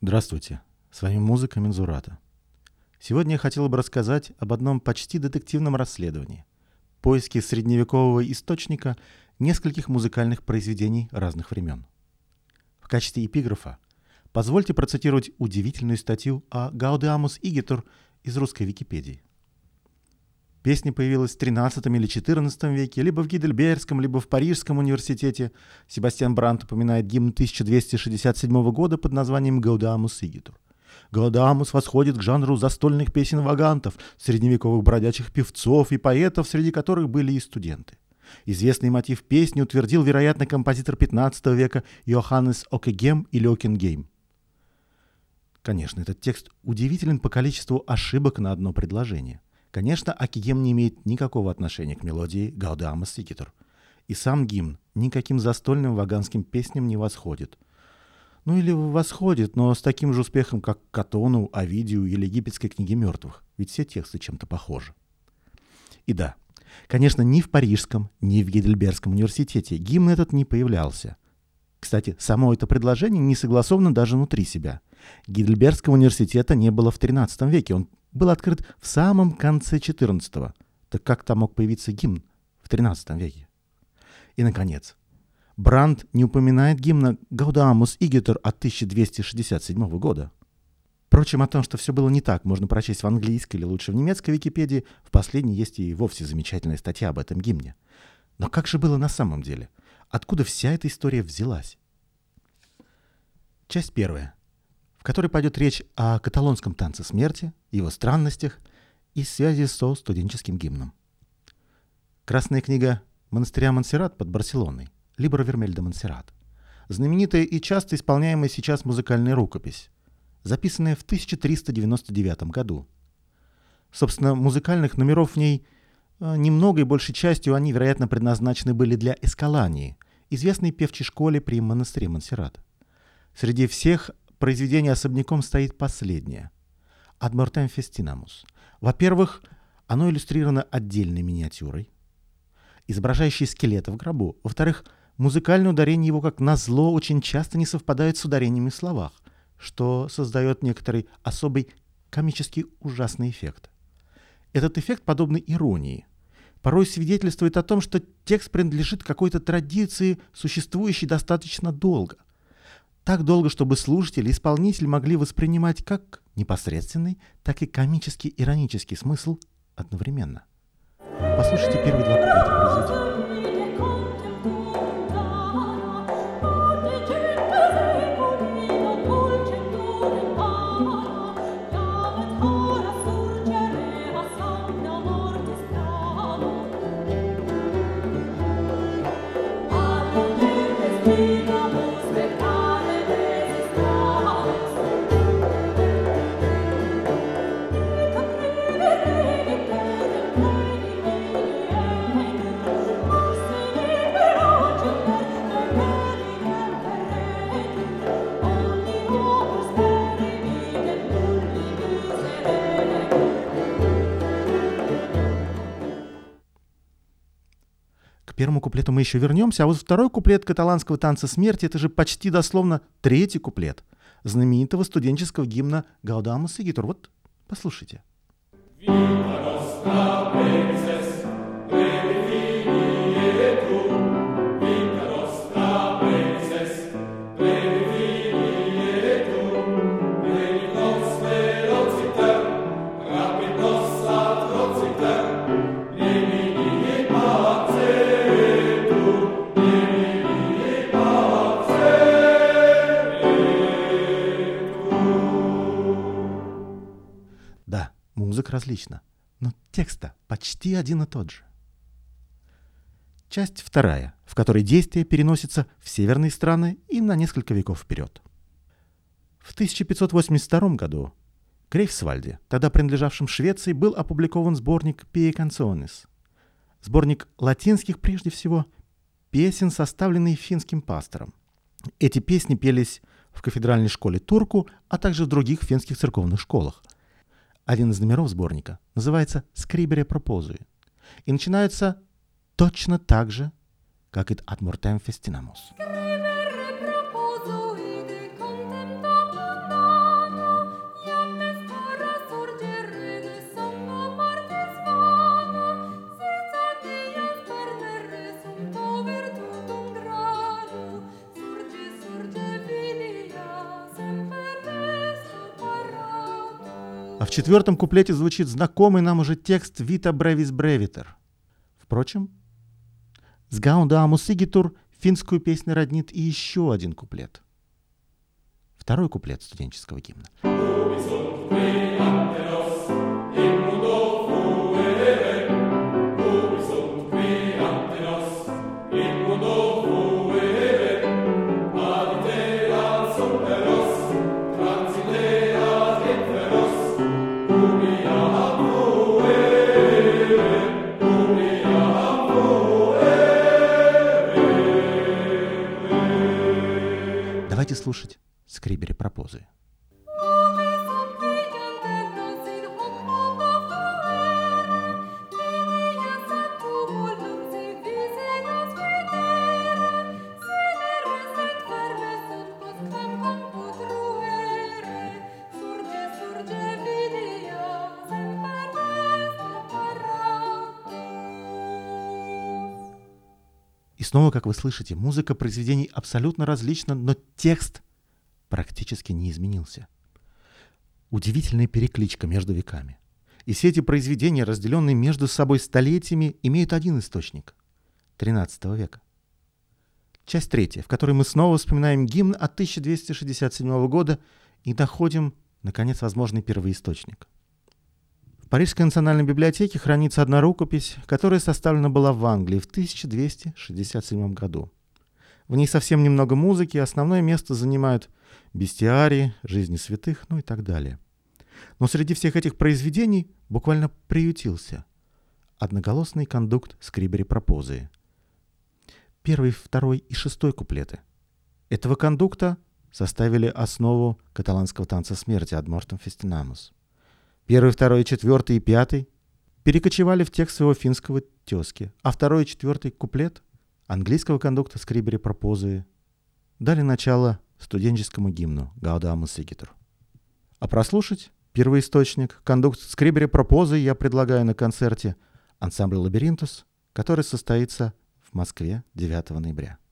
Здравствуйте, с вами музыка Мензурата. Сегодня я хотел бы рассказать об одном почти детективном расследовании – поиске средневекового источника нескольких музыкальных произведений разных времен. В качестве эпиграфа позвольте процитировать удивительную статью о Gaudeamus Igitur из русской Википедии. Песня появилась в XIII или XIV веке, либо в Гейдельбергском, либо в Парижском университете. Себастьян Брант упоминает гимн 1267 года под названием «Gaudeamus Igitur». Gaudeamus восходит к жанру застольных песен вагантов, средневековых бродячих певцов и поэтов, среди которых были и студенты. Известный мотив песни утвердил, вероятно, композитор XV века Йоханнес Окегем или Окенгейм. Конечно, этот текст удивителен по количеству ошибок на одно предложение. Конечно, Окегем не имеет никакого отношения к мелодии Gaudeamus Igitur. И сам гимн никаким застольным ваганским песням не восходит. Ну или восходит, но с таким же успехом, как к Катону, Овидию или Египетской книге мертвых. Ведь все тексты чем-то похожи. И да, конечно, ни в Парижском, ни в Гейдельбергском университете гимн этот не появлялся. Кстати, само это предложение не согласовано даже внутри себя. Гейдельбергского университета не было в XIII веке, он был открыт в самом конце XIV. Так как там мог появиться гимн в XIII веке? И, наконец, Брандт не упоминает гимна Gaudeamus Igitur от 1267 года. Впрочем, о том, что все было не так, можно прочесть в английской или лучше в немецкой Википедии. В последней есть и вовсе замечательная статья об этом гимне. Но как же было на самом деле? Откуда вся эта история взялась? Часть первая, в которой пойдет речь о каталонском танце смерти, его странностях и связи со студенческим гимном. Красная книга монастыря Монсеррат под Барселоной, Libro Vermell de Montserrat, знаменитая и часто исполняемая сейчас музыкальная рукопись, записанная в 1399 году. Собственно, музыкальных номеров в ней немного, и большей частью они, вероятно, предназначены были для эскалании, известной певчей школе при монастыре Монсеррат. Среди всех произведений особняком стоит последнее – «Ad mortem festinamus». Во-первых, оно иллюстрировано отдельной миниатюрой, изображающей скелета в гробу. Во-вторых, музыкальное ударение его, как назло, очень часто не совпадает с ударениями в словах, что создает некоторый особый комически ужасный эффект. Этот эффект, подобный иронии, порой свидетельствует о том, что текст принадлежит какой-то традиции, существующей достаточно долго. Так долго, чтобы слушатель и исполнитель могли воспринимать как непосредственный, так и комический иронический смысл одновременно. Послушайте первые два куплета произведения. К первому куплету мы еще вернемся, а вот второй куплет каталанского танца смерти – это же почти дословно третий куплет знаменитого студенческого гимна Gaudeamus Igitur. Вот, послушайте. Музыка различна, но текст-то почти один и тот же. Часть вторая, в которой действие переносится в северные страны и на несколько веков вперед. В 1582 году в Грейфсвальде, тогда принадлежавшем Швеции, был опубликован сборник «Pie Canciones», сборник латинских, прежде всего, песен, составленный финским пастором. Эти песни пелись в кафедральной школе Турку, а также в других финских церковных школах. Один из номеров сборника называется «Scribere proposui» и начинается точно так же, как и «Ad mortem festinamus». А в четвертом куплете звучит знакомый нам уже текст «Vita brevis breviter». Впрочем, с «Gaudeamus igitur» финскую песню роднит и еще один куплет. Второй куплет студенческого гимна. Давайте слушать Скрибери пропозы. И снова, как вы слышите, музыка произведений абсолютно различна, но текст практически не изменился. Удивительная перекличка между веками. И все эти произведения, разделенные между собой столетиями, имеют один источник — XIII века. Часть третья, в которой мы снова вспоминаем гимн от 1267 года и находим, наконец, возможный первоисточник. В Парижской национальной библиотеке хранится одна рукопись, которая составлена была в Англии в 1267 году. В ней совсем немного музыки, основное место занимают бестиарии, жизни святых, ну и так далее. Но среди всех этих произведений буквально приютился одноголосный кондукт Скрибери пропозы. Первый, второй и шестой куплеты этого кондукта составили основу каталанского танца смерти «Ad mortem festinamus». Первый, второй, четвертый и пятый перекочевали в текст своего финского тезки, а второй и четвертый куплет английского кондукта Скрибери пропозы дали начало студенческому гимну «Gaudeamus igitur». А прослушать первоисточник, кондукт Скрибери пропозы, я предлагаю на концерте ансамбля «Лабиринтус», который состоится в Москве 9 ноября.